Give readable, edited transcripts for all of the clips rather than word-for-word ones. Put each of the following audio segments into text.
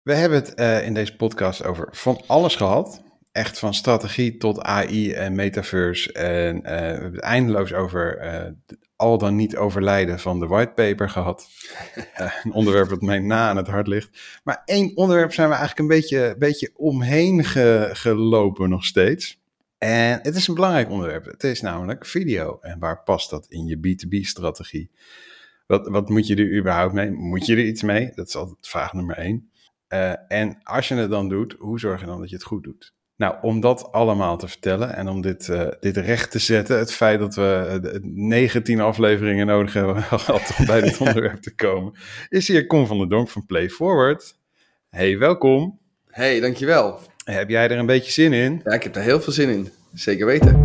We hebben het in deze podcast over van alles gehad. Echt van strategie tot AI en metaverse. En we hebben het eindeloos over al dan niet overlijden van de whitepaper gehad. Een onderwerp dat mij na aan het hart ligt. Maar één onderwerp zijn we eigenlijk een beetje omheen gelopen nog steeds. En het is een belangrijk onderwerp. Het is namelijk video. En waar past dat in je B2B-strategie? Wat moet je er überhaupt mee? Moet je er iets mee? Dat is altijd vraag nummer 1. En als je het dan doet, hoe zorg je dan dat je het goed doet? Nou, om dat allemaal te vertellen en om dit recht te zetten, het feit dat we 19 afleveringen nodig hebben gehad om bij dit onderwerp te komen, is hier Koen van der Donk van Play Forward. Hey, welkom. Hey, dankjewel. Heb jij er een beetje zin in? Ja, ik heb er heel veel zin in. Zeker weten.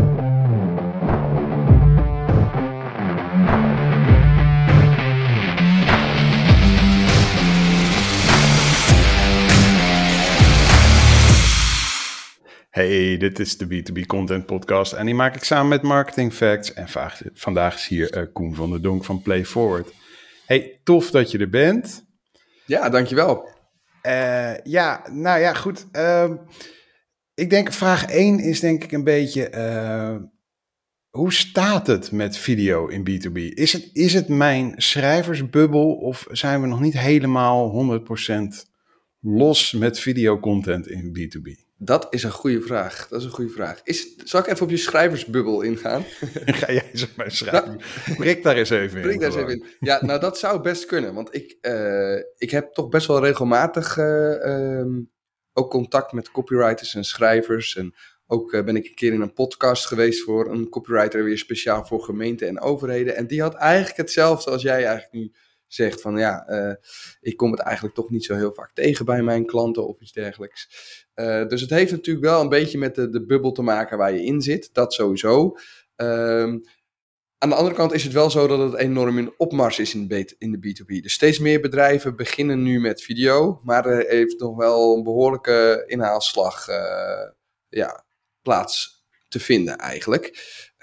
Hey, dit is de B2B Content Podcast en die maak ik samen met Marketing Facts. En vandaag is hier Koen van der Donk van Play Forward. Hey, tof dat je er bent. Ja, dankjewel. Goed. Ik denk vraag 1 is denk ik een beetje, hoe staat het met video in B2B? Is het mijn schrijversbubbel of zijn we nog niet helemaal 100% los met videocontent in B2B? Dat is een goede vraag. Zal ik even op je schrijversbubbel ingaan? Ga jij eens op mij schrijven? Prik daar eens even in. Prik daar eens even in. Ja, nou dat zou best kunnen. Want ik heb toch best wel regelmatig ook contact met copywriters en schrijvers. En ook ben ik een keer in een podcast geweest voor een copywriter weer speciaal voor gemeenten en overheden. En die had eigenlijk hetzelfde als jij eigenlijk nu zegt van ik kom het eigenlijk toch niet zo heel vaak tegen bij mijn klanten of iets dergelijks. Dus het heeft natuurlijk wel een beetje met de bubbel te maken waar je in zit, dat sowieso. Aan de andere kant is het wel zo dat het enorm in opmars is in de B2B. Dus steeds meer bedrijven beginnen nu met video, maar er heeft nog wel een behoorlijke inhaalslag plaats te vinden eigenlijk.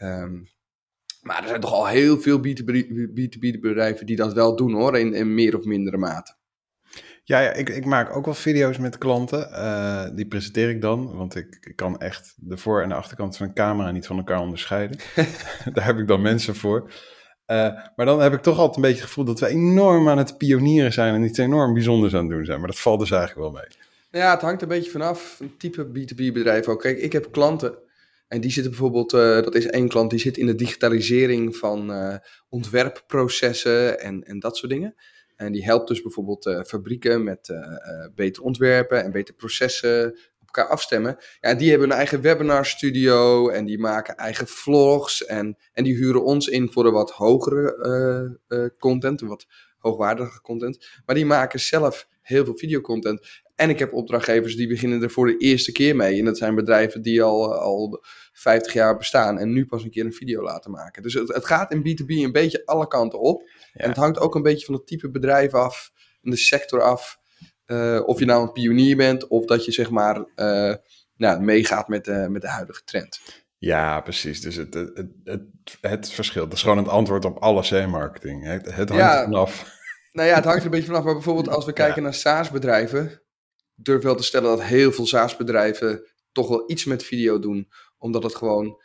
Maar er zijn toch al heel veel B2B bedrijven die dat wel doen hoor, in meer of mindere mate. Ja, ik maak ook wel video's met klanten. Die presenteer ik dan, want ik kan echt de voor- en de achterkant van een camera niet van elkaar onderscheiden. Daar heb ik dan mensen voor. Maar dan heb ik toch altijd een beetje het gevoel dat we enorm aan het pionieren zijn en iets enorm bijzonders aan het doen zijn. Maar dat valt dus eigenlijk wel mee. Ja, het hangt een beetje vanaf een type B2B bedrijf ook. Kijk, ik heb klanten en die zitten bijvoorbeeld, dat is één klant, die zit in de digitalisering van ontwerpprocessen en dat soort dingen. En die helpt dus bijvoorbeeld fabrieken met beter ontwerpen en beter processen op elkaar afstemmen. Ja, die hebben een eigen webinarstudio en die maken eigen vlogs en die huren ons in voor een wat hogere content, een wat hoogwaardige content. Maar die maken zelf heel veel videocontent. En ik heb opdrachtgevers die beginnen er voor de eerste keer mee. En dat zijn bedrijven die al 50 jaar bestaan en nu pas een keer een video laten maken. Dus het gaat in B2B een beetje alle kanten op. Ja. En het hangt ook een beetje van het type bedrijf af, en de sector af. Of je nou een pionier bent of dat je zeg maar meegaat met de huidige trend. Ja, precies. Dus het verschil. Dat is gewoon het antwoord op alles, hè, marketing. Het hangt er vanaf. Nou ja, het hangt er een beetje vanaf. Maar bijvoorbeeld als we kijken naar SaaS-bedrijven, durf wel te stellen dat heel veel SaaS-bedrijven toch wel iets met video doen. Omdat het gewoon,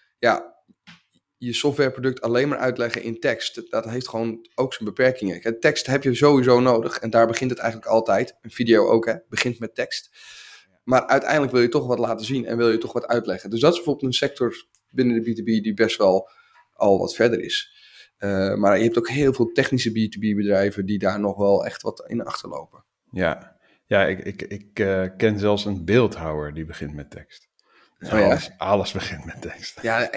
je softwareproduct alleen maar uitleggen in tekst, dat heeft gewoon ook zijn beperkingen. Tekst heb je sowieso nodig en daar begint het eigenlijk altijd. Een video ook, begint met tekst. Maar uiteindelijk wil je toch wat laten zien en wil je toch wat uitleggen. Dus dat is bijvoorbeeld een sector binnen de B2B die best wel al wat verder is. Maar je hebt ook heel veel technische B2B bedrijven die daar nog wel echt wat in achterlopen. Ja, ik ken zelfs een beeldhouwer die begint met tekst. Dus alles begint met tekst.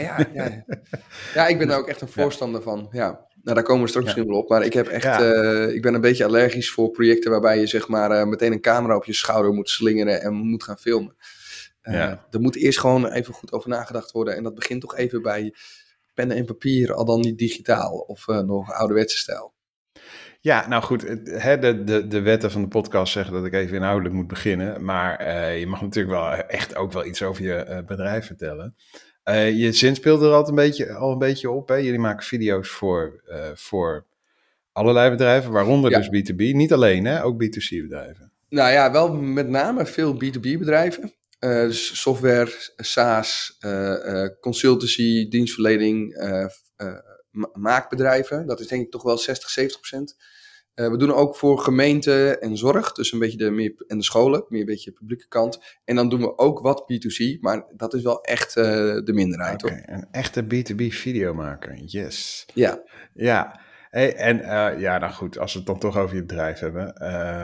Ja, ik ben daar ook echt een voorstander van. Ja. Nou, daar komen we straks misschien wel op. Maar ik heb echt, ik ben een beetje allergisch voor projecten waarbij je zeg maar meteen een camera op je schouder moet slingeren en moet gaan filmen. Er moet eerst gewoon even goed over nagedacht worden. En dat begint toch even bij pennen en papier, al dan niet digitaal of nog ouderwetse stijl. Ja, nou goed, de wetten van de podcast zeggen dat ik even inhoudelijk moet beginnen. Maar je mag natuurlijk wel echt ook wel iets over je bedrijf vertellen. Je zin speelt er al een beetje op. Hè? Jullie maken video's voor allerlei bedrijven, waaronder dus B2B. Niet alleen, hè? Ook B2C bedrijven. Nou ja, wel met name veel B2B bedrijven. Dus software, SaaS, consultancy, dienstverlening, maakbedrijven. Dat is denk ik toch wel 60-70%. We doen ook voor gemeenten en zorg, dus een beetje en de scholen, meer een beetje de publieke kant. En dan doen we ook wat B2C, maar dat is wel echt de minderheid. Oké, een echte B2B videomaker, yes. Ja. Ja, hey, en nou goed, als we het dan toch over je bedrijf hebben.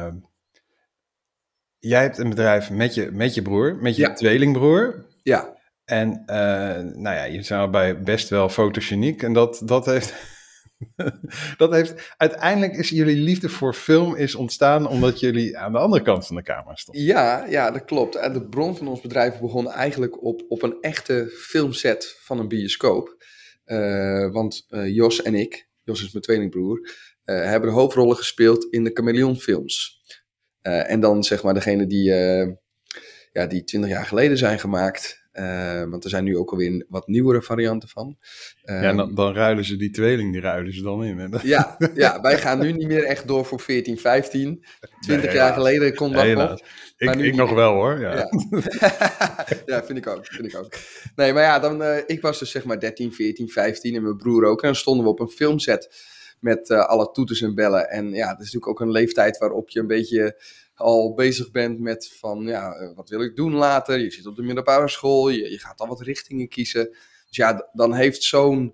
Jij hebt een bedrijf met je broer, met je tweelingbroer. Ja. En je zijn bij best wel fotogeniek. En dat heeft... dat heeft... Uiteindelijk is jullie liefde voor film is ontstaan omdat jullie aan de andere kant van de camera stonden. Ja, dat klopt. De bron van ons bedrijf begon eigenlijk op een echte filmset van een bioscoop. Want Jos en ik, Jos is mijn tweelingbroer, hebben de hoofdrollen gespeeld in de Chameleon films. En dan zeg maar degene die 20 jaar geleden zijn gemaakt. Want er zijn nu ook alweer wat nieuwere varianten van. Dan ruilen ze die tweeling, die ruilen ze dan in. Hè? Ja, wij gaan nu niet meer echt door voor 14, 15. 20 jaar geleden kon dat nog. Ik nog wel hoor. Ja, ja vind ik ook. Nee, maar ja, ik was dus zeg maar 13, 14, 15 en mijn broer ook. En dan stonden we op een filmset met alle toeters en bellen. En ja, dat is natuurlijk ook een leeftijd waarop je een beetje al bezig bent met van, wat wil ik doen later? Je zit op de middelbare school, je gaat al wat richtingen kiezen. Dus ja, dan heeft zo'n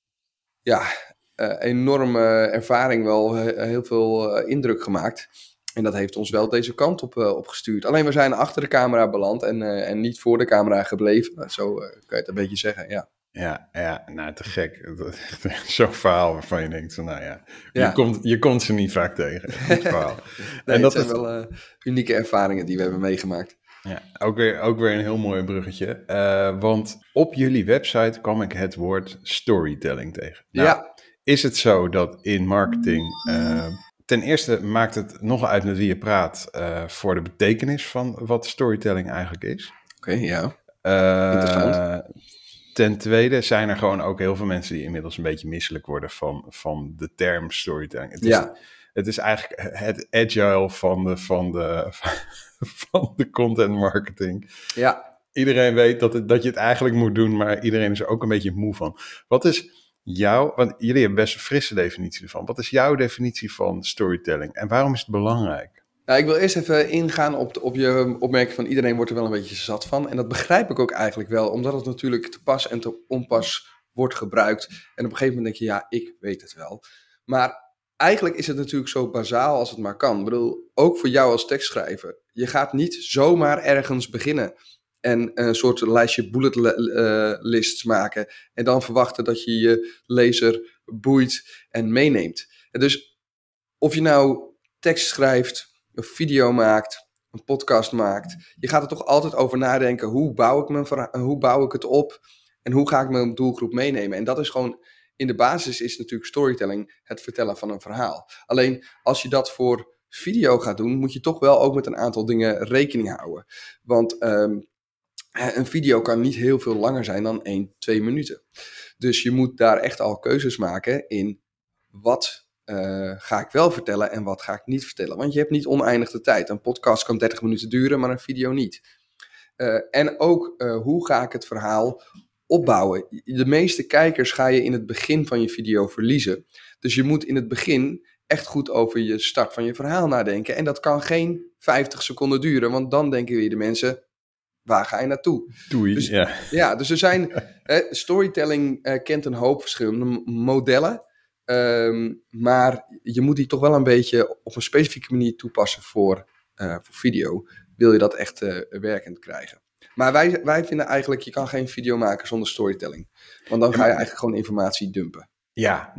enorme ervaring wel heel veel indruk gemaakt. En dat heeft ons wel deze kant op gestuurd. Alleen we zijn achter de camera beland en niet voor de camera gebleven. Zo kan je het een beetje zeggen, ja. Ja, nou te gek. Zo'n verhaal waarvan je denkt van, je komt ze niet vaak tegen. Verhaal. Nee, en dat zijn wel unieke ervaringen die we hebben meegemaakt. Ja, ook weer een heel mooi bruggetje. Want op jullie website kwam ik het woord storytelling tegen. Nou, is het zo dat in marketing... ten eerste maakt het nogal uit met wie je praat voor de betekenis van wat storytelling eigenlijk is. Oké, ja. Interessant. Ten tweede zijn er gewoon ook heel veel mensen die inmiddels een beetje misselijk worden van de term storytelling. Het is eigenlijk het agile van de content marketing. Ja. Iedereen weet dat je het eigenlijk moet doen, maar iedereen is er ook een beetje moe van. Wat is want jullie hebben best een frisse definitie ervan. Wat is jouw definitie van storytelling en waarom is het belangrijk? Nou, ik wil eerst even ingaan op je opmerking van iedereen wordt er wel een beetje zat van. En dat begrijp ik ook eigenlijk wel, omdat het natuurlijk te pas en te onpas wordt gebruikt. En op een gegeven moment denk je, ik weet het wel. Maar eigenlijk is het natuurlijk zo bazaal als het maar kan. Ik bedoel, ook voor jou als tekstschrijver. Je gaat niet zomaar ergens beginnen en een soort lijstje bullet lists maken. En dan verwachten dat je je lezer boeit en meeneemt. En dus of je nou tekst schrijft, een video maakt, een podcast maakt. Je gaat er toch altijd over nadenken. Hoe bouw ik het op? En hoe ga ik mijn doelgroep meenemen? En dat is gewoon, in de basis is natuurlijk storytelling het vertellen van een verhaal. Alleen als je dat voor video gaat doen, moet je toch wel ook met een aantal dingen rekening houden. Want een video kan niet heel veel langer zijn dan 1-2 minuten. Dus je moet daar echt al keuzes maken in wat ga ik wel vertellen en wat ga ik niet vertellen. Want je hebt niet oneindig de tijd. Een podcast kan 30 minuten duren, maar een video niet. En ook hoe ga ik het verhaal opbouwen. De meeste kijkers ga je in het begin van je video verliezen. Dus je moet in het begin echt goed over je start van je verhaal nadenken. En dat kan geen 50 seconden duren, want dan denken weer de mensen, waar ga je naartoe? Doei, dus, dus er zijn, storytelling kent een hoop verschillende modellen. Maar je moet die toch wel een beetje op een specifieke manier toepassen voor video. Wil je dat echt werkend krijgen. Maar wij vinden eigenlijk, je kan geen video maken zonder storytelling. Want dan ga je eigenlijk gewoon informatie dumpen. Ja,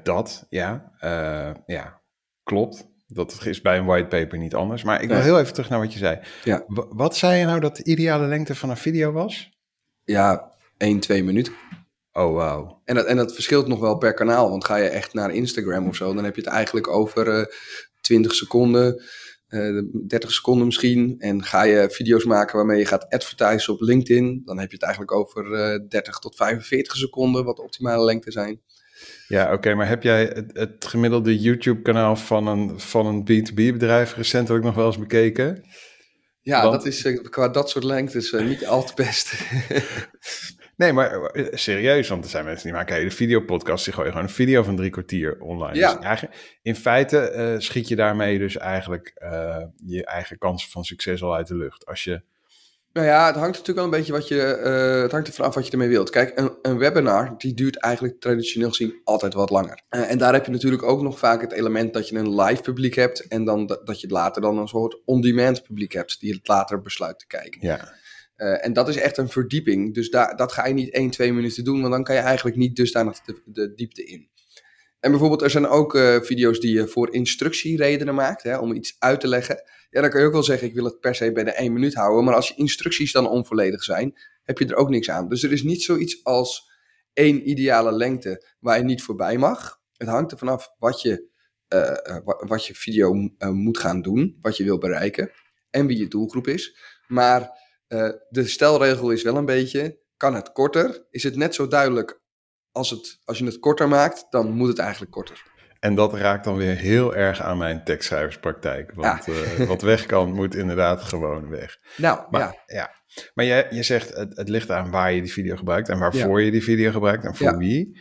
klopt. Dat is bij een whitepaper niet anders. Maar ik wil heel even terug naar wat je zei. Ja. Wat zei je nou dat de ideale lengte van een video was? Ja, 1-2 minuten. Oh, wauw. En dat verschilt nog wel per kanaal. Want ga je echt naar Instagram of zo, dan heb je het eigenlijk over 20 seconden, 30 seconden misschien. En ga je video's maken waarmee je gaat advertisen op LinkedIn, dan heb je het eigenlijk over 30 tot 45 seconden, wat de optimale lengte zijn. Ja, oké, maar heb jij het gemiddelde YouTube-kanaal van een B2B-bedrijf recent ook nog wel eens bekeken? Ja, Want dat is qua dat soort lengtes niet al te best. nee, maar serieus, want er zijn mensen die maken hele videopodcasts, die gooien gewoon een video van 3 kwartier online. Dus Ja, eigenlijk, in feite schiet je daarmee dus eigenlijk je eigen kans van succes al uit de lucht. Als je, nou ja, het hangt natuurlijk wel een beetje het hangt ervan af wat je ermee wilt. Kijk, een webinar, die duurt eigenlijk traditioneel gezien altijd wat langer. En daar heb je natuurlijk ook nog vaak het element dat je een live publiek hebt en dan dat je later dan een soort on-demand publiek hebt, die het later besluit te kijken. ja, En dat is echt een verdieping. Dus dat ga je niet 1, 2 minuten doen, want dan kan je eigenlijk niet dusdanig de diepte in. En bijvoorbeeld, er zijn ook video's die je voor instructieredenen maakt, hè, om iets uit te leggen. Ja, dan kan je ook wel zeggen, ik wil het per se bij de 1 minuut houden. Maar als je instructies dan onvolledig zijn, heb je er ook niks aan. Dus er is niet zoiets als 1 ideale lengte waar je niet voorbij mag. Het hangt er vanaf wat je video moet gaan doen, wat je wil bereiken en wie je doelgroep is. Maar de stelregel is wel een beetje, kan het korter? Is het net zo duidelijk als je het korter maakt, dan moet het eigenlijk korter. en dat raakt dan weer heel erg aan mijn tekstschrijverspraktijk. Want wat weg kan, moet inderdaad gewoon weg. Nou, Ja. Maar je zegt, het ligt aan waar je die video gebruikt en waarvoor je die video gebruikt en voor wie.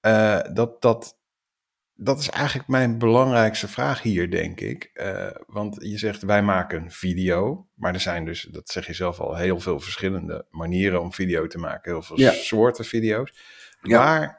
Dat is eigenlijk mijn belangrijkste vraag hier, denk ik. Want je zegt, wij maken video. Maar er zijn dus, dat zeg je zelf al, heel veel verschillende manieren om video te maken. Heel veel soorten video's. Ja. Waar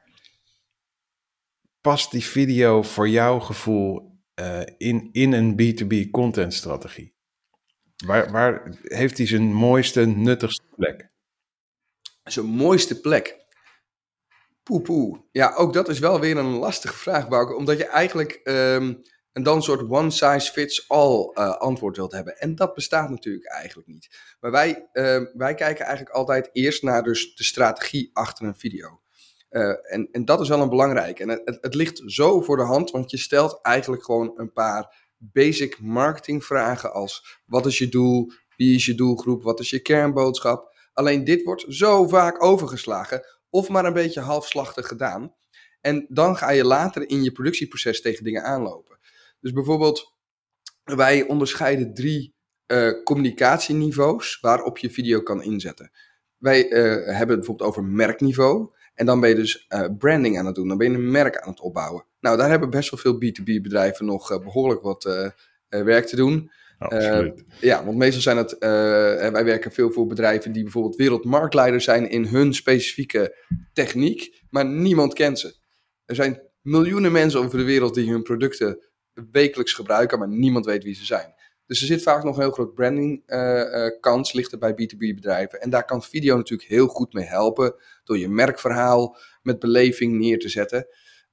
past die video voor jouw gevoel in een B2B contentstrategie? Waar heeft hij zijn mooiste, nuttigste plek? Zijn mooiste plek? Poeh. Ja, ook dat is wel weer een lastige vraag, Bouke. Omdat je eigenlijk dan een soort one-size-fits-all antwoord wilt hebben. En dat bestaat natuurlijk eigenlijk niet. Maar wij kijken eigenlijk altijd eerst naar dus de strategie achter een video. En dat is wel een belangrijke. En het ligt zo voor de hand, want je stelt eigenlijk gewoon een paar basic marketingvragen als: wat is je doel? Wie is je doelgroep? Wat is je kernboodschap? Alleen dit wordt zo vaak overgeslagen of maar een beetje halfslachtig gedaan. En dan ga je later in je productieproces tegen dingen aanlopen. Dus bijvoorbeeld, wij onderscheiden 3 communicatieniveaus waarop je video kan inzetten. Wij hebben het bijvoorbeeld over merkniveau. En dan ben je dus branding aan het doen. Dan ben je een merk aan het opbouwen. Nou, daar hebben best wel veel B2B-bedrijven nog behoorlijk wat werk te doen. Absoluut. Ja, want meestal zijn het... wij werken veel voor bedrijven die bijvoorbeeld wereldmarktleiders zijn in hun specifieke techniek. Maar niemand kent ze. Er zijn miljoenen mensen over de wereld die hun producten wekelijks gebruiken, maar niemand weet wie ze zijn. Dus er zit vaak nog een heel groot branding kans ligt er bij B2B-bedrijven. En daar kan video natuurlijk heel goed mee helpen door je merkverhaal met beleving neer te zetten.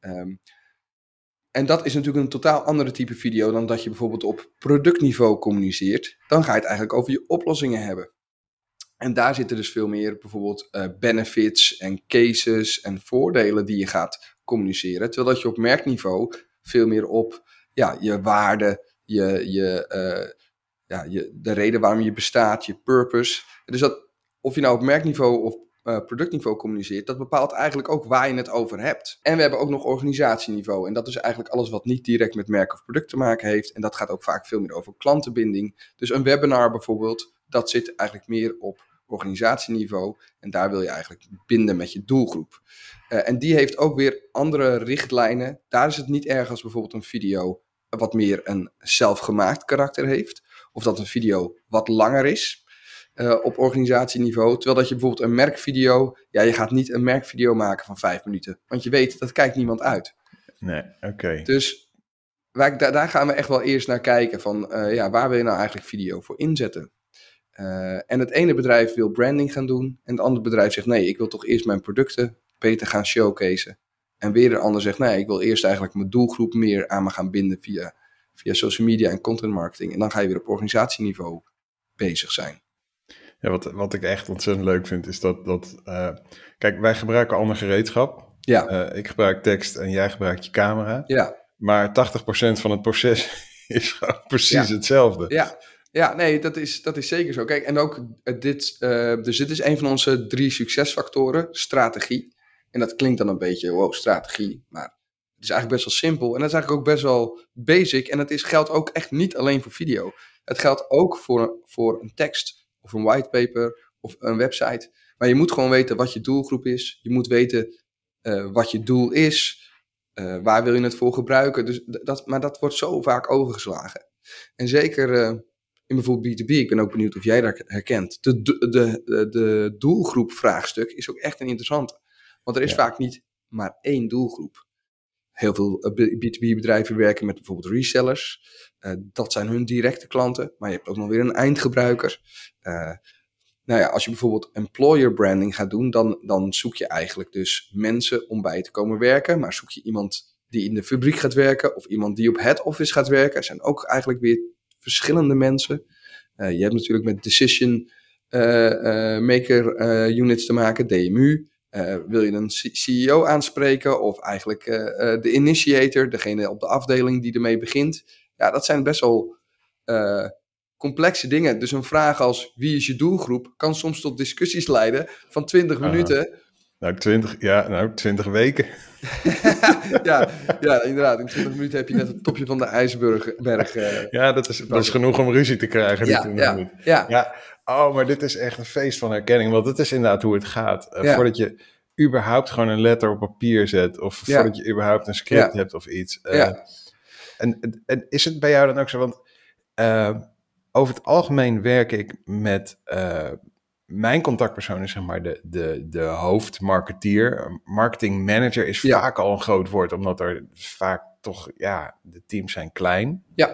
En dat is natuurlijk een totaal andere type video dan dat je bijvoorbeeld op productniveau communiceert. Dan ga je het eigenlijk over je oplossingen hebben. En daar zitten dus veel meer bijvoorbeeld benefits en cases en voordelen die je gaat communiceren. Terwijl dat je op merkniveau veel meer op je waarde, de reden waarom je bestaat, je purpose. Dus of je nou op merkniveau of productniveau communiceert, dat bepaalt eigenlijk ook waar je het over hebt. En we hebben ook nog organisatieniveau. En dat is eigenlijk alles wat niet direct met merk of product te maken heeft. En dat gaat ook vaak veel meer over klantenbinding. Dus een webinar bijvoorbeeld, dat zit eigenlijk meer op organisatieniveau. En daar wil je eigenlijk binden met je doelgroep. En die heeft ook weer andere richtlijnen. Daar is het niet erg als bijvoorbeeld een video wat meer een zelfgemaakt karakter heeft. Of dat een video wat langer is op organisatieniveau. Terwijl dat je bijvoorbeeld een merkvideo... Ja, je gaat niet een merkvideo maken van 5 minuten. Want je weet, dat kijkt niemand uit. Nee, oké. Dus daar gaan we echt wel eerst naar kijken van... waar wil je nou eigenlijk video voor inzetten? En het ene bedrijf wil branding gaan doen. En het andere bedrijf zegt, nee, ik wil toch eerst mijn producten beter gaan showcasen. En weer een ander zegt, nee, ik wil eerst eigenlijk mijn doelgroep meer aan me gaan binden via social media en content marketing. En dan ga je weer op organisatieniveau bezig zijn. Ja, wat ik echt ontzettend leuk vind is dat kijk, wij gebruiken ander gereedschap. Ja. Ik gebruik tekst en jij gebruikt je camera. Ja. Maar 80% van het proces is gewoon precies hetzelfde. Ja, nee, dat is zeker zo. Kijk, en ook dus dit is een van onze 3 succesfactoren, strategie. En dat klinkt dan een beetje, strategie. Maar het is eigenlijk best wel simpel. En dat is eigenlijk ook best wel basic. En het geldt ook echt niet alleen voor video. Het geldt ook voor een tekst of een whitepaper of een website. Maar je moet gewoon weten wat je doelgroep is. Je moet weten wat je doel is. Waar wil je het voor gebruiken? Dus maar dat wordt zo vaak overgeslagen. En zeker in bijvoorbeeld B2B, ik ben ook benieuwd of jij dat herkent. De doelgroep vraagstuk is ook echt een interessante. Want er is vaak niet maar één doelgroep. Heel veel B2B-bedrijven werken met bijvoorbeeld resellers. Dat zijn hun directe klanten. Maar je hebt ook nog weer een eindgebruiker. Als je bijvoorbeeld employer branding gaat doen, dan zoek je eigenlijk dus mensen om bij te komen werken. Maar zoek je iemand die in de fabriek gaat werken of iemand die op head office gaat werken. Er zijn ook eigenlijk weer verschillende mensen. Je hebt natuurlijk met decision maker units te maken, DMU. Wil je een CEO aanspreken of eigenlijk de initiator, degene op de afdeling die ermee begint. Ja, dat zijn best wel complexe dingen. Dus een vraag als wie is je doelgroep kan soms tot discussies leiden van 20 minuten. 20 weken. ja, inderdaad. In 20 minuten heb je net het topje van de ijsberg. Dat is genoeg om ruzie te krijgen. Ja. Oh, maar dit is echt een feest van herkenning. Want dat is inderdaad hoe het gaat. Voordat je überhaupt gewoon een letter op papier zet. Of voordat je überhaupt een script hebt of iets. En is het bij jou dan ook zo? Want over het algemeen werk ik met... mijn contactpersoon is zeg maar de hoofdmarketeer. Marketing manager is vaak al een groot woord, omdat er vaak toch, de teams zijn klein. Ja.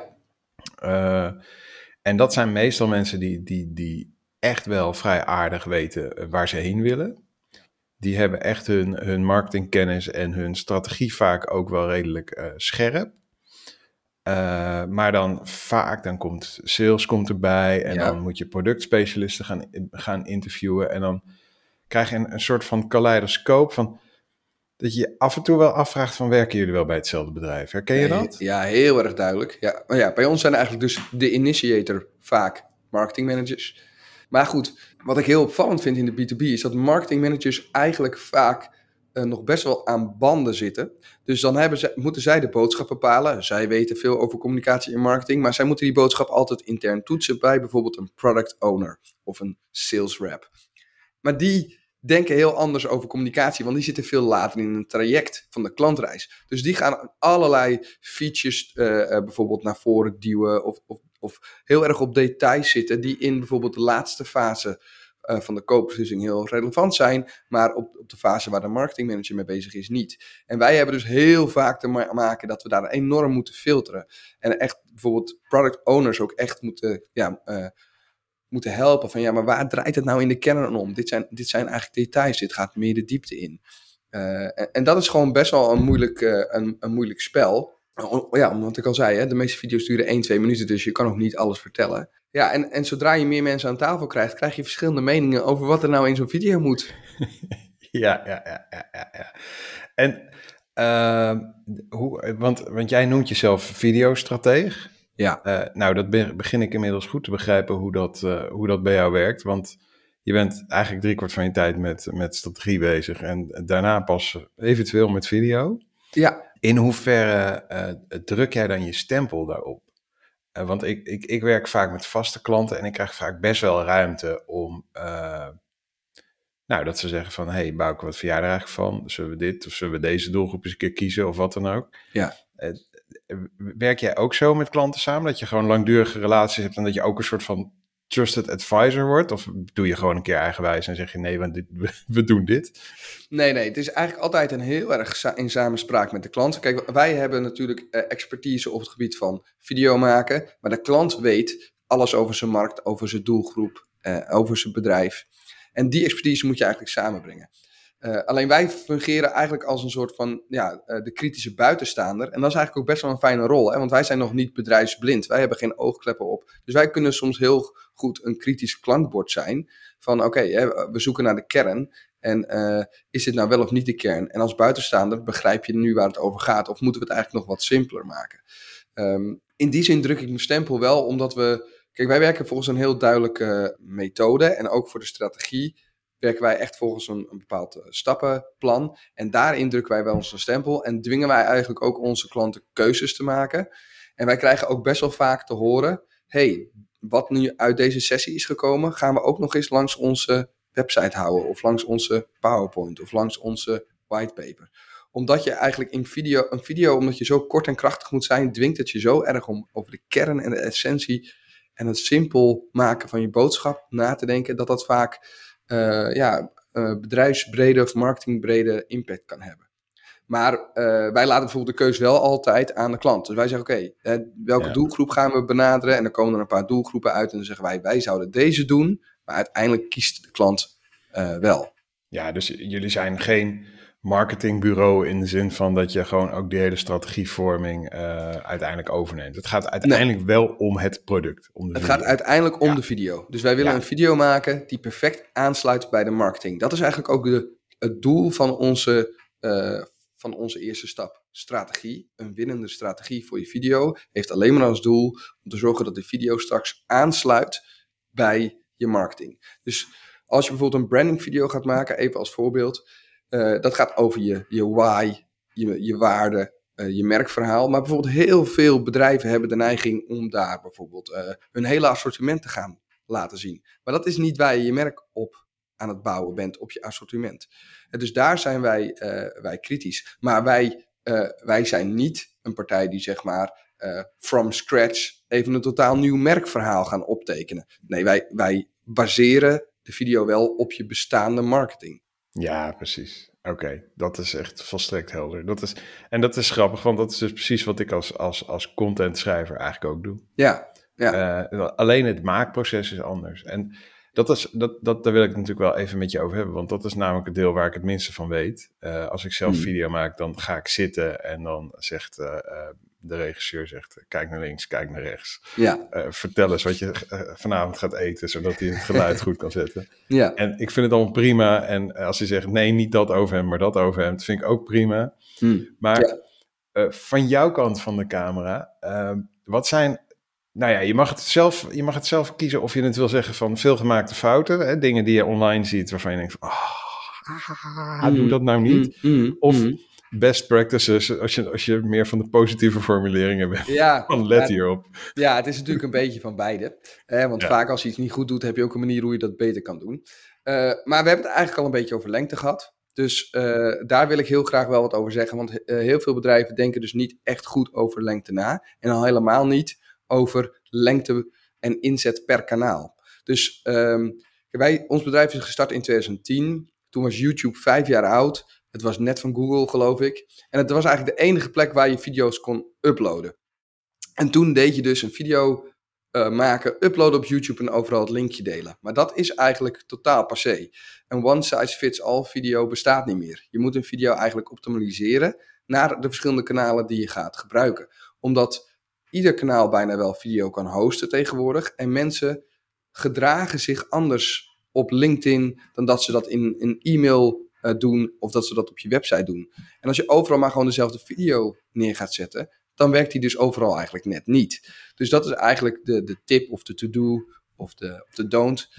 En dat zijn meestal mensen die echt wel vrij aardig weten waar ze heen willen. Die hebben echt hun marketingkennis en hun strategie vaak ook wel redelijk scherp. Maar dan komt sales erbij en dan moet je productspecialisten gaan interviewen. En dan krijg je een soort van kaleidoscoop van dat je af en toe wel afvraagt van werken jullie wel bij hetzelfde bedrijf? Herken je dat? Ja, heel erg duidelijk. Ja. Maar ja, bij ons zijn eigenlijk dus de initiator vaak marketingmanagers. Maar goed, wat ik heel opvallend vind in de B2B is dat marketingmanagers eigenlijk vaak nog best wel aan banden zitten. Dus dan moeten zij de boodschap bepalen. Zij weten veel over communicatie en marketing, maar zij moeten die boodschap altijd intern toetsen bij bijvoorbeeld een product owner of een sales rep. Maar die denken heel anders over communicatie, want die zitten veel later in een traject van de klantreis. Dus die gaan allerlei features bijvoorbeeld naar voren duwen of heel erg op details zitten die in bijvoorbeeld de laatste fase van de koopbeslissing heel relevant zijn, maar op de fase waar de marketingmanager mee bezig is niet. En wij hebben dus heel vaak te maken dat we daar enorm moeten filteren. En echt bijvoorbeeld product owners ook echt moeten helpen van maar waar draait het nou in de kern om? Dit zijn eigenlijk details, dit gaat meer de diepte in. En dat is gewoon best wel een moeilijk spel. Want ik al zei, de meeste video's duren 1-2 minuten, dus je kan ook niet alles vertellen. Ja, en zodra je meer mensen aan tafel krijgt, krijg je verschillende meningen over wat er nou in zo'n video moet. Ja. En want jij noemt jezelf videostrateeg. Ja. Dat begin ik inmiddels goed te begrijpen hoe dat bij jou werkt. Want je bent eigenlijk 3/4 van je tijd met strategie bezig en daarna pas eventueel met video. Ja. In hoeverre druk jij dan je stempel daarop? Want ik werk vaak met vaste klanten en ik krijg vaak best wel ruimte om... dat ze zeggen van, hey Bouke, wat vind jij er eigenlijk van? Zullen we dit of zullen we deze doelgroep eens een keer kiezen of wat dan ook? Ja. Werk jij ook zo met klanten samen? Dat je gewoon langdurige relaties hebt en dat je ook een soort van trusted advisor wordt? Of doe je gewoon een keer eigenwijs en zeg je nee, want we doen dit? Nee, het is eigenlijk altijd een heel erg in samenspraak met de klant. Kijk, wij hebben natuurlijk expertise op het gebied van video maken, maar de klant weet alles over zijn markt, over zijn doelgroep, over zijn bedrijf. En die expertise moet je eigenlijk samenbrengen. Alleen wij fungeren eigenlijk als een soort van de kritische buitenstaander. En dat is eigenlijk ook best wel een fijne rol. Hè? Want wij zijn nog niet bedrijfsblind. Wij hebben geen oogkleppen op. Dus wij kunnen soms heel goed een kritisch klankbord zijn. Van oké, we zoeken naar de kern. En is dit nou wel of niet de kern? En als buitenstaander begrijp je nu waar het over gaat. Of moeten we het eigenlijk nog wat simpeler maken? In die zin druk ik mijn stempel wel. Omdat wij werken volgens een heel duidelijke methode. En ook voor de strategie werken wij echt volgens een bepaald stappenplan. En daarin drukken wij wel onze stempel en dwingen wij eigenlijk ook onze klanten keuzes te maken. En wij krijgen ook best wel vaak te horen, hey, wat nu uit deze sessie is gekomen, gaan we ook nog eens langs onze website houden, of langs onze PowerPoint, of langs onze whitepaper. Omdat je eigenlijk in een video, omdat je zo kort en krachtig moet zijn, dwingt het je zo erg om over de kern en de essentie en het simpel maken van je boodschap na te denken, dat vaak bedrijfsbrede of marketingbrede impact kan hebben. Maar wij laten bijvoorbeeld de keus wel altijd aan de klant. Dus wij zeggen, welke doelgroep gaan we benaderen? En dan komen er een paar doelgroepen uit en dan zeggen wij zouden deze doen. Maar uiteindelijk kiest de klant wel. Ja, dus jullie zijn geen marketingbureau in de zin van dat je gewoon ook de hele strategievorming uiteindelijk overneemt. Het gaat uiteindelijk wel om het product. Het gaat uiteindelijk om de video. Dus wij willen een video maken die perfect aansluit bij de marketing. Dat is eigenlijk ook het doel van onze eerste stap. Strategie, een winnende strategie voor je video, heeft alleen maar als doel om te zorgen dat de video straks aansluit bij je marketing. Dus als je bijvoorbeeld een branding video gaat maken, even als voorbeeld, dat gaat over je why, je waarde, je merkverhaal. Maar bijvoorbeeld heel veel bedrijven hebben de neiging om daar bijvoorbeeld hun hele assortiment te gaan laten zien. Maar dat is niet waar je merk op aan het bouwen bent, op je assortiment. Dus daar zijn wij kritisch. Maar wij zijn niet een partij die zeg maar from scratch even een totaal nieuw merkverhaal gaan optekenen. Nee, wij baseren de video wel op je bestaande marketing. Ja, precies. Oké, dat is echt volstrekt helder. Dat is grappig, want dat is dus precies wat ik als contentschrijver eigenlijk ook doe. Ja. Alleen het maakproces is anders. En daar wil ik het natuurlijk wel even met je over hebben, want dat is namelijk het deel waar ik het minste van weet. Als ik zelf video maak, dan ga ik zitten en dan zegt de regisseur, kijk naar links, kijk naar rechts. Ja. Vertel eens wat je vanavond gaat eten, zodat hij het geluid goed kan zetten. Ja. En ik vind het allemaal prima. En als hij zegt, nee, niet dat over hem, maar dat over hem, dat vind ik ook prima. Maar van jouw kant van de camera, wat zijn... Nou ja, je mag het zelf kiezen of je het wil zeggen van veelgemaakte fouten. Hè, dingen die je online ziet waarvan je denkt van, doe dat nou niet. Of best practices als je meer van de positieve formuleringen bent. Ja, dan let hierop. Ja, het is natuurlijk een beetje van beide. Want vaak als je iets niet goed doet, heb je ook een manier hoe je dat beter kan doen. Maar we hebben het eigenlijk al een beetje over lengte gehad. Dus daar wil ik heel graag wel wat over zeggen. Want heel veel bedrijven denken dus niet echt goed over lengte na. En al helemaal niet over lengte en inzet per kanaal. Dus ons bedrijf is gestart in 2010. Toen was YouTube 5 jaar oud. Het was net van Google, geloof ik. En het was eigenlijk de enige plek waar je video's kon uploaden. En toen deed je dus een video maken, uploaden op YouTube en overal het linkje delen. Maar dat is eigenlijk totaal passé. Een one-size-fits-all video bestaat niet meer. Je moet een video eigenlijk optimaliseren naar de verschillende kanalen die je gaat gebruiken. Omdat ieder kanaal bijna wel video kan hosten tegenwoordig. En mensen gedragen zich anders op LinkedIn dan dat ze dat in een e-mail doen of dat ze dat op je website doen. En als je overal maar gewoon dezelfde video neer gaat zetten, dan werkt die dus overal eigenlijk net niet. Dus dat is eigenlijk de tip of de to-do of de don't.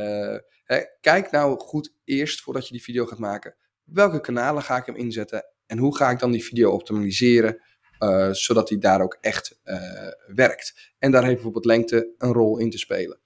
Kijk nou goed eerst voordat je die video gaat maken. Welke kanalen ga ik hem inzetten en hoe ga ik dan die video optimaliseren? Zodat die daar ook echt werkt. En daar heeft bijvoorbeeld lengte een rol in te spelen.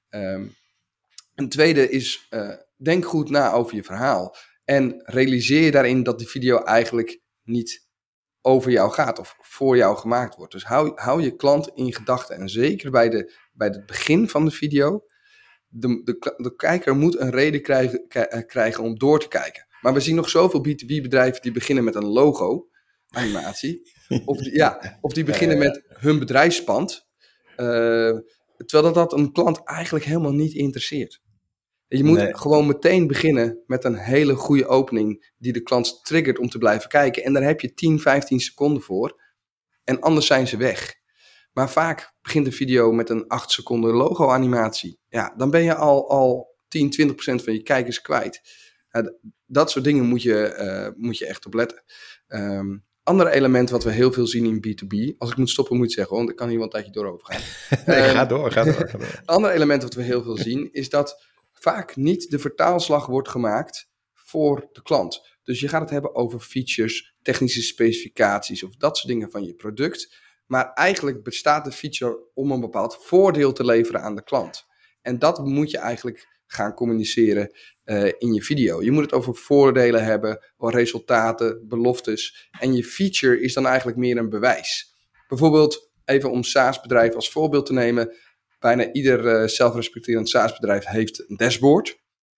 Een tweede is, denk goed na over je verhaal. En realiseer je daarin dat die video eigenlijk niet over jou gaat of voor jou gemaakt wordt. Dus hou je klant in gedachten. En zeker bij het begin van de video, de kijker moet een reden krijgen om door te kijken. Maar we zien nog zoveel B2B bedrijven die beginnen met een logo animatie. Of die beginnen met hun bedrijfspand. Terwijl dat een klant eigenlijk helemaal niet interesseert. Je moet gewoon meteen beginnen met een hele goede opening die de klant triggert om te blijven kijken. En daar heb je 10, 15 seconden voor. En anders zijn ze weg. Maar vaak begint de video met een 8 seconden logo animatie. Ja, dan ben je al 10, 20% van je kijkers kwijt. Dat soort dingen moet je echt op letten. Ander element wat we heel veel zien in B2B. Als ik moet stoppen, moet ik zeggen, want ik kan hier wel een tijdje door overgaan. Nee, ga door. Ander element wat we heel veel zien is dat vaak niet de vertaalslag wordt gemaakt voor de klant. Dus je gaat het hebben over features, technische specificaties of dat soort dingen van je product. Maar eigenlijk bestaat de feature om een bepaald voordeel te leveren aan de klant. En dat moet je eigenlijk gaan communiceren in je video. Je moet het over voordelen hebben, over resultaten, beloftes. En je feature is dan eigenlijk meer een bewijs. Bijvoorbeeld, even om SaaS-bedrijven als voorbeeld te nemen. Bijna ieder zelfrespecterend SaaS-bedrijf heeft een dashboard.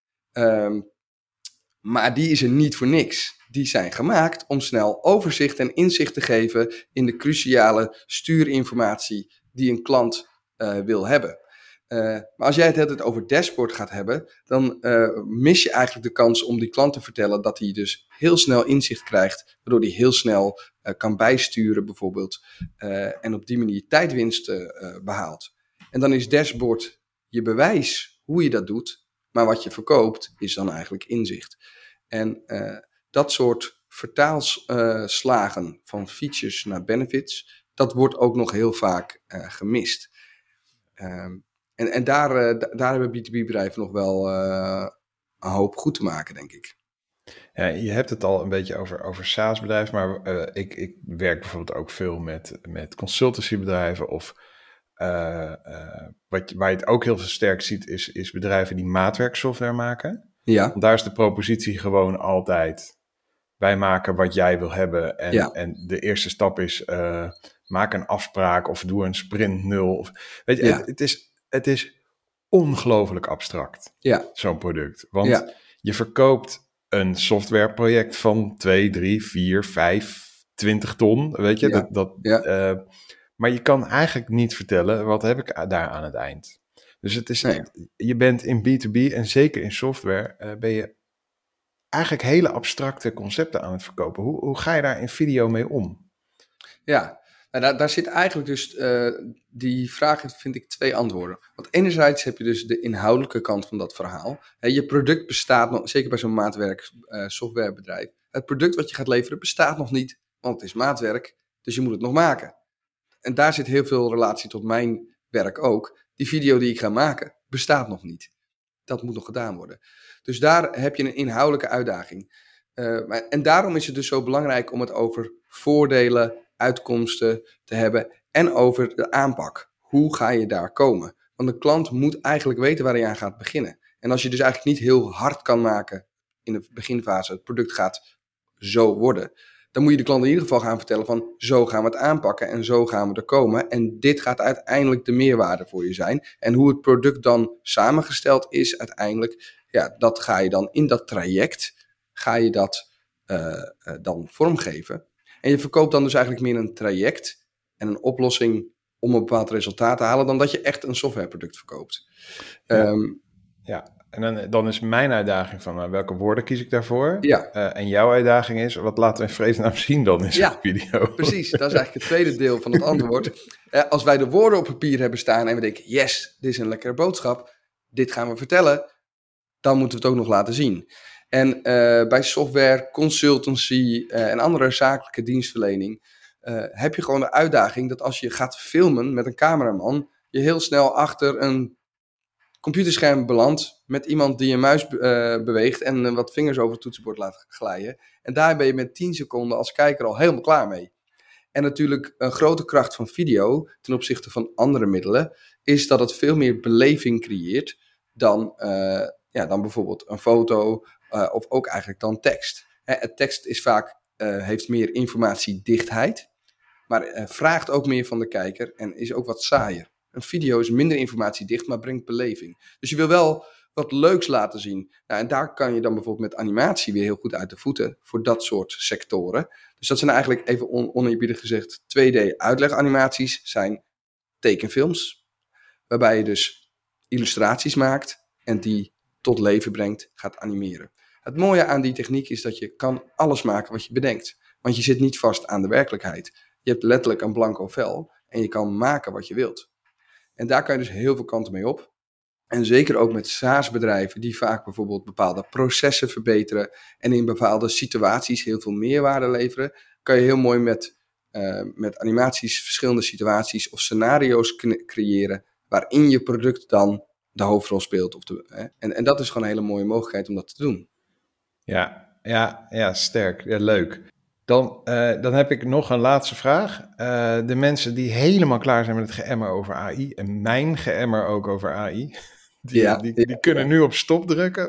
Maar die is er niet voor niks. Die zijn gemaakt om snel overzicht en inzicht te geven in de cruciale stuurinformatie die een klant wil hebben. Maar als jij het over dashboard gaat hebben, dan mis je eigenlijk de kans om die klant te vertellen dat hij dus heel snel inzicht krijgt, waardoor hij heel snel kan bijsturen bijvoorbeeld en op die manier tijdwinst behaalt. En dan is dashboard je bewijs hoe je dat doet, maar wat je verkoopt is dan eigenlijk inzicht. En dat soort vertaalslagen van features naar benefits, dat wordt ook nog heel vaak gemist. En daar hebben B2B-bedrijven nog wel een hoop goed te maken, denk ik. Ja, je hebt het al een beetje over SaaS-bedrijven, maar ik werk bijvoorbeeld ook veel met consultancybedrijven of waar je het ook heel veel sterk ziet is bedrijven die maatwerksoftware maken. Ja. Want daar is de propositie gewoon altijd, wij maken wat jij wil hebben en de eerste stap is maak een afspraak of doe een sprint 0. Weet je, het is ongelooflijk abstract, zo'n product. Want je verkoopt een softwareproject van 2, 3, 4, 5, 20 ton, weet je. Maar je kan eigenlijk niet vertellen, wat heb ik daar aan het eind? Dus het is, je bent in B2B en zeker in software, ben je eigenlijk hele abstracte concepten aan het verkopen. Hoe ga je daar in video mee om? Ja, nou, daar zit eigenlijk dus, die vraag vind ik 2 antwoorden. Want enerzijds heb je dus de inhoudelijke kant van dat verhaal. Je product bestaat nog, zeker bij zo'n maatwerk softwarebedrijf. Het product wat je gaat leveren bestaat nog niet, want het is maatwerk. Dus je moet het nog maken. En daar zit heel veel relatie tot mijn werk ook. Die video die ik ga maken bestaat nog niet. Dat moet nog gedaan worden. Dus daar heb je een inhoudelijke uitdaging. En daarom is het dus zo belangrijk om het over voordelen, uitkomsten te hebben en over de aanpak. Hoe ga je daar komen? Want de klant moet eigenlijk weten waar hij aan gaat beginnen. En als je dus eigenlijk niet heel hard kan maken in de beginfase, het product gaat zo worden, dan moet je de klant in ieder geval gaan vertellen van zo gaan we het aanpakken en zo gaan we er komen. En dit gaat uiteindelijk de meerwaarde voor je zijn. En hoe het product dan samengesteld is uiteindelijk, dat ga je dan in dat traject, ga je dat dan vormgeven. En je verkoopt dan dus eigenlijk meer een traject en een oplossing om een bepaald resultaat te halen dan dat je echt een softwareproduct verkoopt. En dan is mijn uitdaging van welke woorden kies ik daarvoor? Ja. En jouw uitdaging is, wat laten we in vredesnaam zien dan in zo'n video? Precies. Dat is eigenlijk het tweede deel van het antwoord. Als wij de woorden op papier hebben staan en we denken, yes, dit is een lekkere boodschap, dit gaan we vertellen, dan moeten we het ook nog laten zien. En bij software, consultancy en andere zakelijke dienstverlening heb je gewoon de uitdaging dat als je gaat filmen met een cameraman, je heel snel achter een computerscherm belandt met iemand die een muis beweegt en wat vingers over het toetsenbord laat glijden. En daar ben je met 10 seconden als kijker al helemaal klaar mee. En natuurlijk een grote kracht van video ten opzichte van andere middelen is dat het veel meer beleving creëert dan bijvoorbeeld een foto of ook eigenlijk dan tekst. Het tekst is vaak, heeft meer informatiedichtheid, maar vraagt ook meer van de kijker en is ook wat saaier. Een video is minder informatiedicht, maar brengt beleving. Dus je wil wel wat leuks laten zien. Nou, en daar kan je dan bijvoorbeeld met animatie weer heel goed uit de voeten voor dat soort sectoren. Dus dat zijn eigenlijk, even oneerbiedig gezegd, 2D-uitleganimaties zijn tekenfilms, waarbij je dus illustraties maakt en die tot leven brengt, gaat animeren. Het mooie aan die techniek is dat je kan alles maken wat je bedenkt. Want je zit niet vast aan de werkelijkheid. Je hebt letterlijk een blanco vel en je kan maken wat je wilt. En daar kan je dus heel veel kanten mee op. En zeker ook met SaaS-bedrijven die vaak bijvoorbeeld bepaalde processen verbeteren en in bepaalde situaties heel veel meerwaarde leveren, kan je heel mooi met animaties verschillende situaties of scenario's creëren waarin je product dan de hoofdrol speelt. En dat is gewoon een hele mooie mogelijkheid om dat te doen. Ja, sterk. Ja, leuk. Dan heb ik nog een laatste vraag. De mensen die helemaal klaar zijn met het geëmmer over AI... en mijn geëmmer ook over AI... Die kunnen nu op stop drukken.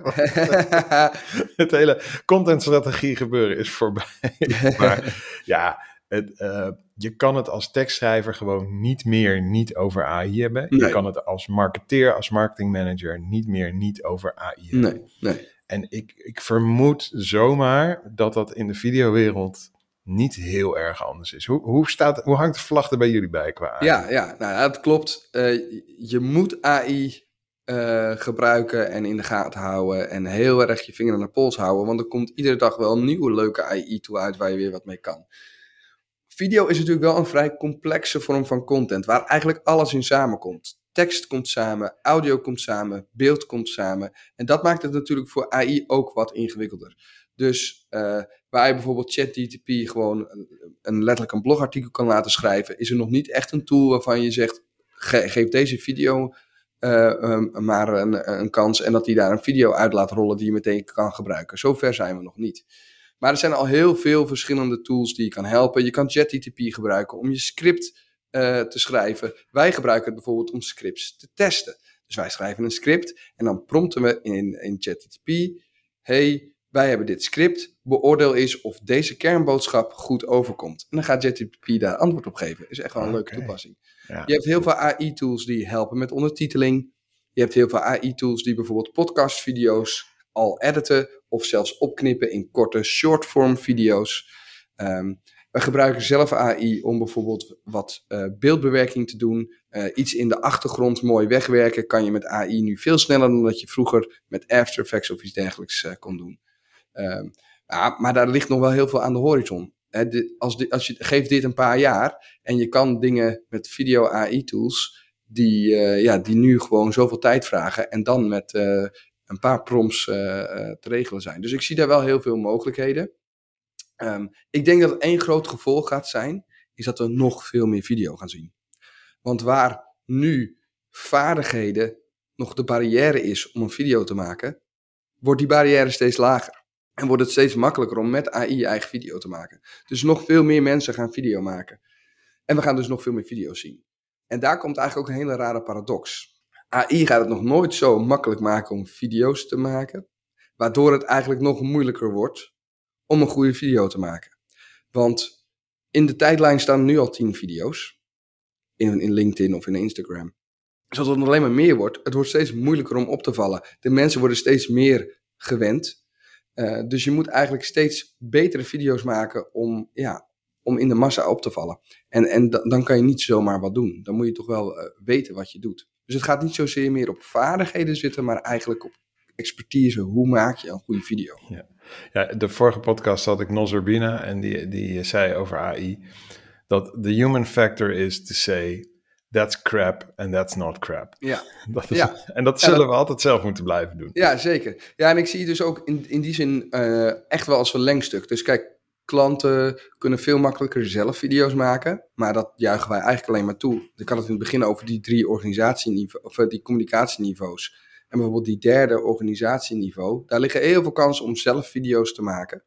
Het hele contentstrategie gebeuren is voorbij. Maar ja, je kan het als tekstschrijver gewoon niet over AI hebben. Nee. Je kan het als marketeer, als marketingmanager niet over AI hebben. Nee. En ik vermoed zomaar dat in de videowereld niet heel erg anders is. Hoe hangt de vlag er bij jullie bij qua AI? Ja, dat klopt. Je moet AI gebruiken en in de gaten houden en heel erg je vinger aan de pols houden, want er komt iedere dag wel een nieuwe leuke AI-tool uit waar je weer wat mee kan. Video is natuurlijk wel een vrij complexe vorm van content, waar eigenlijk alles in samenkomt. Tekst komt samen, audio komt samen, beeld komt samen. En dat maakt het natuurlijk voor AI ook wat ingewikkelder. Dus waar je bijvoorbeeld ChatGPT gewoon letterlijk een blogartikel kan laten schrijven, is er nog niet echt een tool waarvan je zegt, geef deze video maar een kans en dat hij daar een video uit laat rollen die je meteen kan gebruiken. Zover zijn we nog niet. Maar er zijn al heel veel verschillende tools die je kan helpen. Je kan ChatGPT gebruiken om je script te schrijven. Wij gebruiken het bijvoorbeeld om scripts te testen. Dus wij schrijven een script en dan prompten we in ChatGPT: hey, wij hebben dit script. Beoordeel eens of deze kernboodschap goed overkomt. En dan gaat ChatGPT daar antwoord op geven. Is echt wel een leuke toepassing. Ja. Je hebt heel veel AI-tools die helpen met ondertiteling. Je hebt heel veel AI-tools die bijvoorbeeld podcastvideo's al editen of zelfs opknippen in korte short-form video's. We gebruiken zelf AI om bijvoorbeeld wat beeldbewerking te doen. Iets in de achtergrond mooi wegwerken kan je met AI nu veel sneller dan dat je vroeger met After Effects of iets dergelijks kon doen. Maar daar ligt nog wel heel veel aan de horizon. Als je geeft dit een paar jaar en je kan dingen met video AI-tools die nu gewoon zoveel tijd vragen en dan met een paar prompts te regelen zijn. Dus ik zie daar wel heel veel mogelijkheden. Ik denk dat één groot gevolg gaat zijn, is dat we nog veel meer video gaan zien. Want waar nu vaardigheden nog de barrière is om een video te maken, wordt die barrière steeds lager. En wordt het steeds makkelijker om met AI je eigen video te maken. Dus nog veel meer mensen gaan video maken. En we gaan dus nog veel meer video's zien. En daar komt eigenlijk ook een hele rare paradox. AI gaat het nog nooit zo makkelijk maken om video's te maken, waardoor het eigenlijk nog moeilijker wordt om een goede video te maken. Want in de tijdlijn staan nu al 10 video's, in LinkedIn of in Instagram. Zoals het alleen maar meer wordt, het wordt steeds moeilijker om op te vallen. De mensen worden steeds meer gewend. Dus je moet eigenlijk steeds betere video's maken om in de massa op te vallen. En dan kan je niet zomaar wat doen. Dan moet je toch wel weten wat je doet. Dus het gaat niet zozeer meer op vaardigheden zitten, maar eigenlijk op expertise. Hoe maak je een goede video? Ja, de vorige podcast had ik Nos Urbina en die zei over AI dat the human factor is to say that's crap and that's not crap. Ja. En dat zullen we altijd zelf moeten blijven doen. Ja, zeker. Ja, en ik zie dus ook in die zin echt wel als verlengstuk. Dus kijk, klanten kunnen veel makkelijker zelf video's maken, maar dat juichen wij eigenlijk alleen maar toe. Ik had het in het begin over die 3 organisatieniveaus, of die communicatieniveaus. En bijvoorbeeld die 3e organisatieniveau, daar liggen heel veel kansen om zelf video's te maken.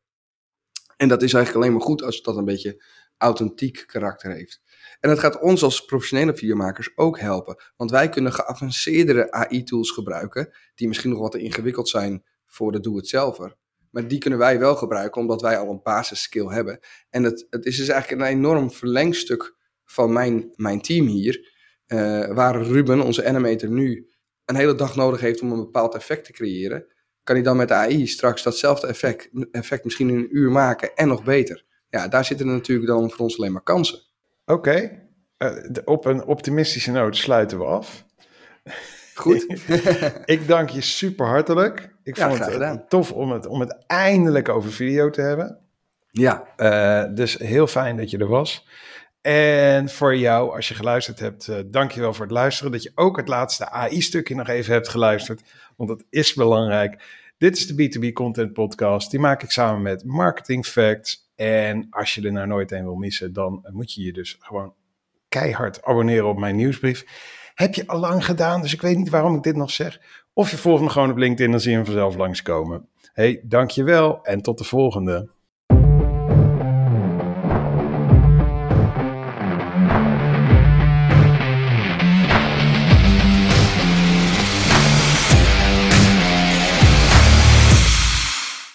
En dat is eigenlijk alleen maar goed als dat een beetje authentiek karakter heeft. En dat gaat ons als professionele videomakers ook helpen. Want wij kunnen geavanceerdere AI-tools gebruiken, die misschien nog wat te ingewikkeld zijn voor de doe-het-zelver. Maar die kunnen wij wel gebruiken, omdat wij al een basisskill hebben. En het is dus eigenlijk een enorm verlengstuk van mijn team hier. Waar Ruben, onze animator, nu een hele dag nodig heeft om een bepaald effect te creëren, kan hij dan met de AI straks datzelfde effect misschien in een uur maken en nog beter. Ja, daar zitten er natuurlijk dan voor ons alleen maar kansen. Oké. Op een optimistische noot sluiten we af. Goed. Ik dank je super hartelijk. Ik vond het tof om het eindelijk over video te hebben. Ja. Dus heel fijn dat je er was. En voor jou, als je geluisterd hebt, dank je wel voor het luisteren. Dat je ook het laatste AI-stukje nog even hebt geluisterd. Want dat is belangrijk. Dit is de B2B Content Podcast. Die maak ik samen met Marketing Facts. En als je er nou nooit een wil missen, dan moet je je dus gewoon keihard abonneren op mijn nieuwsbrief. heb je al lang gedaan, dus ik weet niet waarom ik dit nog zeg. Of je volgt me gewoon op LinkedIn, dan zie je hem vanzelf langskomen. Hey, dankjewel en tot de volgende.